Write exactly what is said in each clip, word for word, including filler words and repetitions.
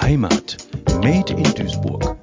Heimat. Made in Duisburg.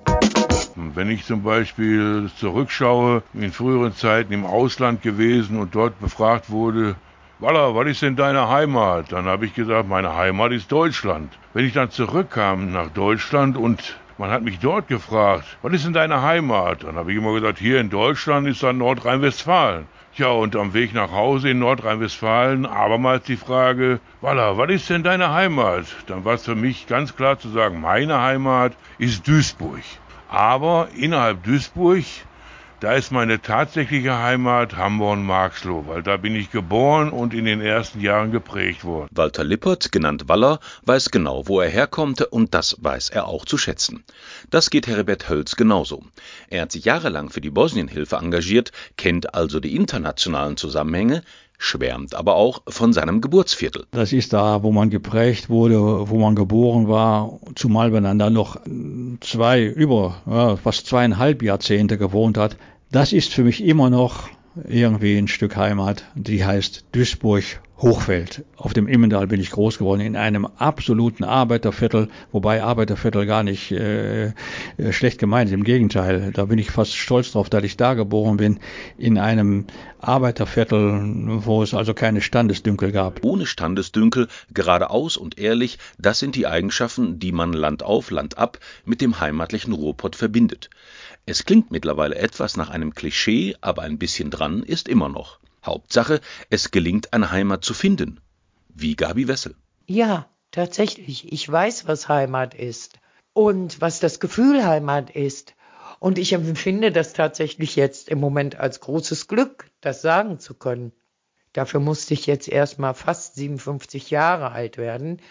Wenn ich zum Beispiel zurückschaue, in früheren Zeiten im Ausland gewesen und dort befragt wurde, Walla, was ist denn deine Heimat? Dann habe ich gesagt, meine Heimat ist Deutschland. Wenn ich dann zurückkam nach Deutschland und man hat mich dort gefragt, was ist denn deine Heimat? Dann habe ich immer gesagt, hier in Deutschland ist dann Nordrhein-Westfalen. Ja, und am Weg nach Hause in Nordrhein-Westfalen abermals die Frage, Walla, was ist denn deine Heimat? Dann war es für mich ganz klar zu sagen, meine Heimat ist Duisburg. Aber innerhalb Duisburg, da ist meine tatsächliche Heimat Hamborn-Marxloh, weil da bin ich geboren und in den ersten Jahren geprägt worden. Walter Lippert, genannt Waller, weiß genau, wo er herkommt, und das weiß er auch zu schätzen. Das geht Herbert Hölz genauso. Er hat sich jahrelang für die Bosnienhilfe engagiert, kennt also die internationalen Zusammenhänge, schwärmt aber auch von seinem Geburtsviertel. Das ist da, wo man geprägt wurde, wo man geboren war, zumal man dann da noch zwei, über ja, fast zweieinhalb Jahrzehnte gewohnt hat. Das ist für mich immer noch irgendwie ein Stück Heimat, die heißt Duisburg-Hochfeld. Auf dem Immendal bin ich groß geworden, in einem absoluten Arbeiterviertel, wobei Arbeiterviertel gar nicht äh, schlecht gemeint ist, im Gegenteil. Da bin ich fast stolz drauf, dass ich da geboren bin, in einem Arbeiterviertel, wo es also keine Standesdünkel gab. Ohne Standesdünkel, geradeaus und ehrlich, das sind die Eigenschaften, die man Land auf, Land ab mit dem heimatlichen Ruhrpott verbindet. Es klingt mittlerweile etwas nach einem Klischee, aber ein bisschen dran ist immer noch. Hauptsache, es gelingt, eine Heimat zu finden. Wie Gabi Wessel. Ja, tatsächlich. Ich weiß, was Heimat ist und was das Gefühl Heimat ist. Und ich empfinde das tatsächlich jetzt im Moment als großes Glück, das sagen zu können. Dafür musste ich jetzt erst mal fast siebenundfünfzig Jahre alt werden.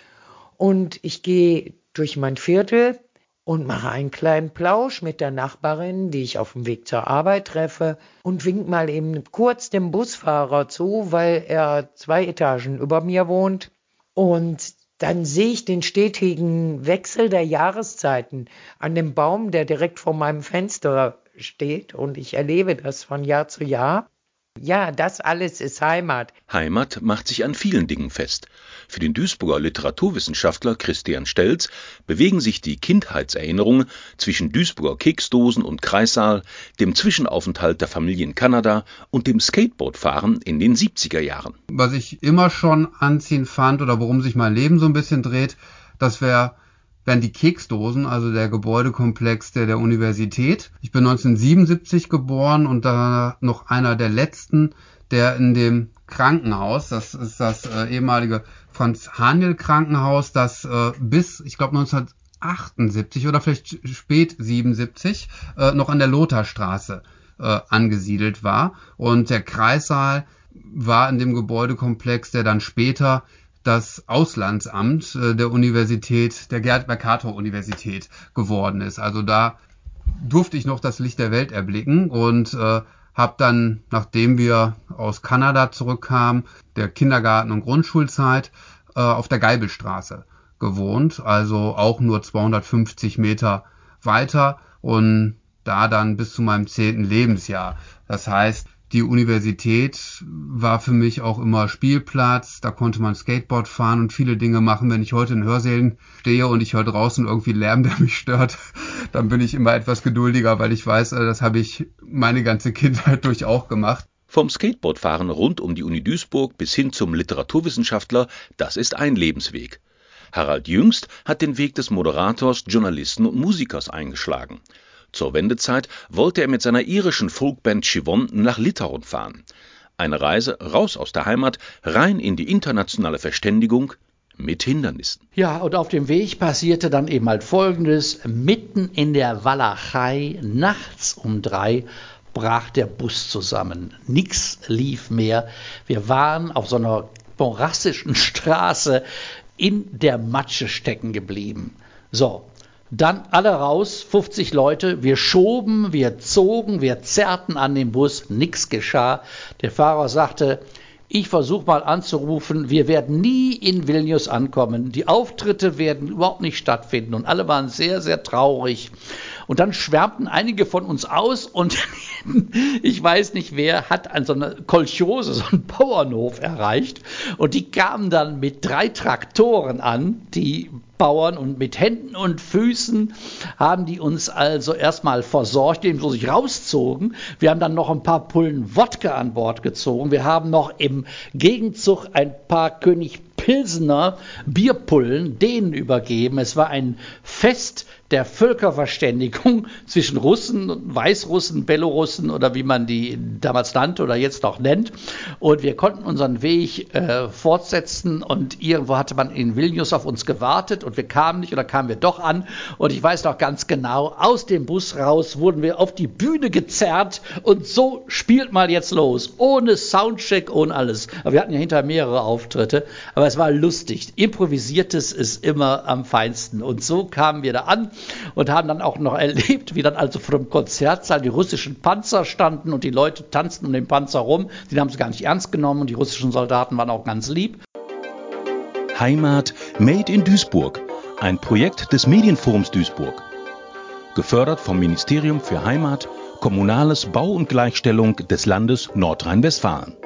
Und ich gehe durch mein Viertel und mache einen kleinen Plausch mit der Nachbarin, die ich auf dem Weg zur Arbeit treffe, und wink mal eben kurz dem Busfahrer zu, weil er zwei Etagen über mir wohnt. Und dann sehe ich den stetigen Wechsel der Jahreszeiten an dem Baum, der direkt vor meinem Fenster steht, und ich erlebe das von Jahr zu Jahr. Ja, das alles ist Heimat. Heimat macht sich an vielen Dingen fest. Für den Duisburger Literaturwissenschaftler Christian Stelz bewegen sich die Kindheitserinnerungen zwischen Duisburger Keksdosen und Kreissaal, dem Zwischenaufenthalt der Familie in Kanada und dem Skateboardfahren in den siebziger Jahren. Was ich immer schon anziehend fand oder worum sich mein Leben so ein bisschen dreht, das wäre wären die Keksdosen, also der Gebäudekomplex der, der Universität. Ich bin neunzehnhundertsiebenundsiebzig geboren und da noch einer der letzten, der in dem Krankenhaus, das ist das äh, ehemalige Franz-Haniel-Krankenhaus, das äh, bis, ich glaube, neunzehnhundertachtundsiebzig oder vielleicht spät siebenundsiebzig äh, noch an der Lotharstraße äh, angesiedelt war. Und der Kreissaal war in dem Gebäudekomplex, der dann später das Auslandsamt äh, der Universität, der Gerd-Mercator-Universität geworden ist. Also da durfte ich noch das Licht der Welt erblicken und äh, habe dann, nachdem wir aus Kanada zurückkamen, der Kindergarten- und Grundschulzeit äh, auf der Geibelstraße gewohnt, also auch nur zweihundertfünfzig Meter weiter und da dann bis zu meinem zehnten Lebensjahr. Das heißt, die Universität war für mich auch immer Spielplatz, da konnte man Skateboard fahren und viele Dinge machen. Wenn ich heute in Hörsälen stehe und ich höre draußen irgendwie Lärm, der mich stört, dann bin ich immer etwas geduldiger, weil ich weiß, das habe ich meine ganze Kindheit durch auch gemacht. Vom Skateboardfahren rund um die Uni Duisburg bis hin zum Literaturwissenschaftler, das ist ein Lebensweg. Harald Jüngst hat den Weg des Moderators, Journalisten und Musikers eingeschlagen. Zur Wendezeit wollte er mit seiner irischen Folkband Siobhan nach Litauen fahren. Eine Reise raus aus der Heimat, rein in die internationale Verständigung mit Hindernissen. Ja, und auf dem Weg passierte dann eben halt Folgendes. Mitten in der Walachei, nachts um drei, brach der Bus zusammen. Nix lief mehr. Wir waren auf so einer morassischen Straße in der Matsche stecken geblieben. So. Dann alle raus, fünfzig Leute, wir schoben, wir zogen, wir zerrten an dem Bus, nichts geschah. Der Fahrer sagte, ich versuche mal anzurufen, wir werden nie in Vilnius ankommen, die Auftritte werden überhaupt nicht stattfinden und alle waren sehr, sehr traurig. Und dann schwärmten einige von uns aus und ich weiß nicht wer, hat an so einer Kolchose, so einen Bauernhof erreicht und die kamen dann mit drei Traktoren an, die Bauern, und mit Händen und Füßen haben die uns also erstmal versorgt, indem sie sich rauszogen. Wir haben dann noch ein paar Pullen Wodka an Bord gezogen. Wir haben noch im Gegenzug ein paar König Pilsener Bierpullen denen übergeben. Es war ein Fest der Völkerverständigung zwischen Russen, Weißrussen, Belorussen oder wie man die damals nannte oder jetzt noch nennt. Und wir konnten unseren Weg äh, fortsetzen und irgendwo hatte man in Vilnius auf uns gewartet und wir kamen nicht oder kamen wir doch an. Und ich weiß noch ganz genau, aus dem Bus raus wurden wir auf die Bühne gezerrt und so spielt mal jetzt los. Ohne Soundcheck, ohne alles. Aber wir hatten ja hinterher mehrere Auftritte, aber es war lustig. Improvisiertes ist immer am feinsten. Und so kamen wir da an und haben dann auch noch erlebt, wie dann also vor dem Konzertsaal die russischen Panzer standen und die Leute tanzten um den Panzer rum. Die haben es gar nicht ernst genommen und die russischen Soldaten waren auch ganz lieb. Heimat Made in Duisburg, ein Projekt des Medienforums Duisburg. Gefördert vom Ministerium für Heimat, Kommunales, Bau und Gleichstellung des Landes Nordrhein-Westfalen.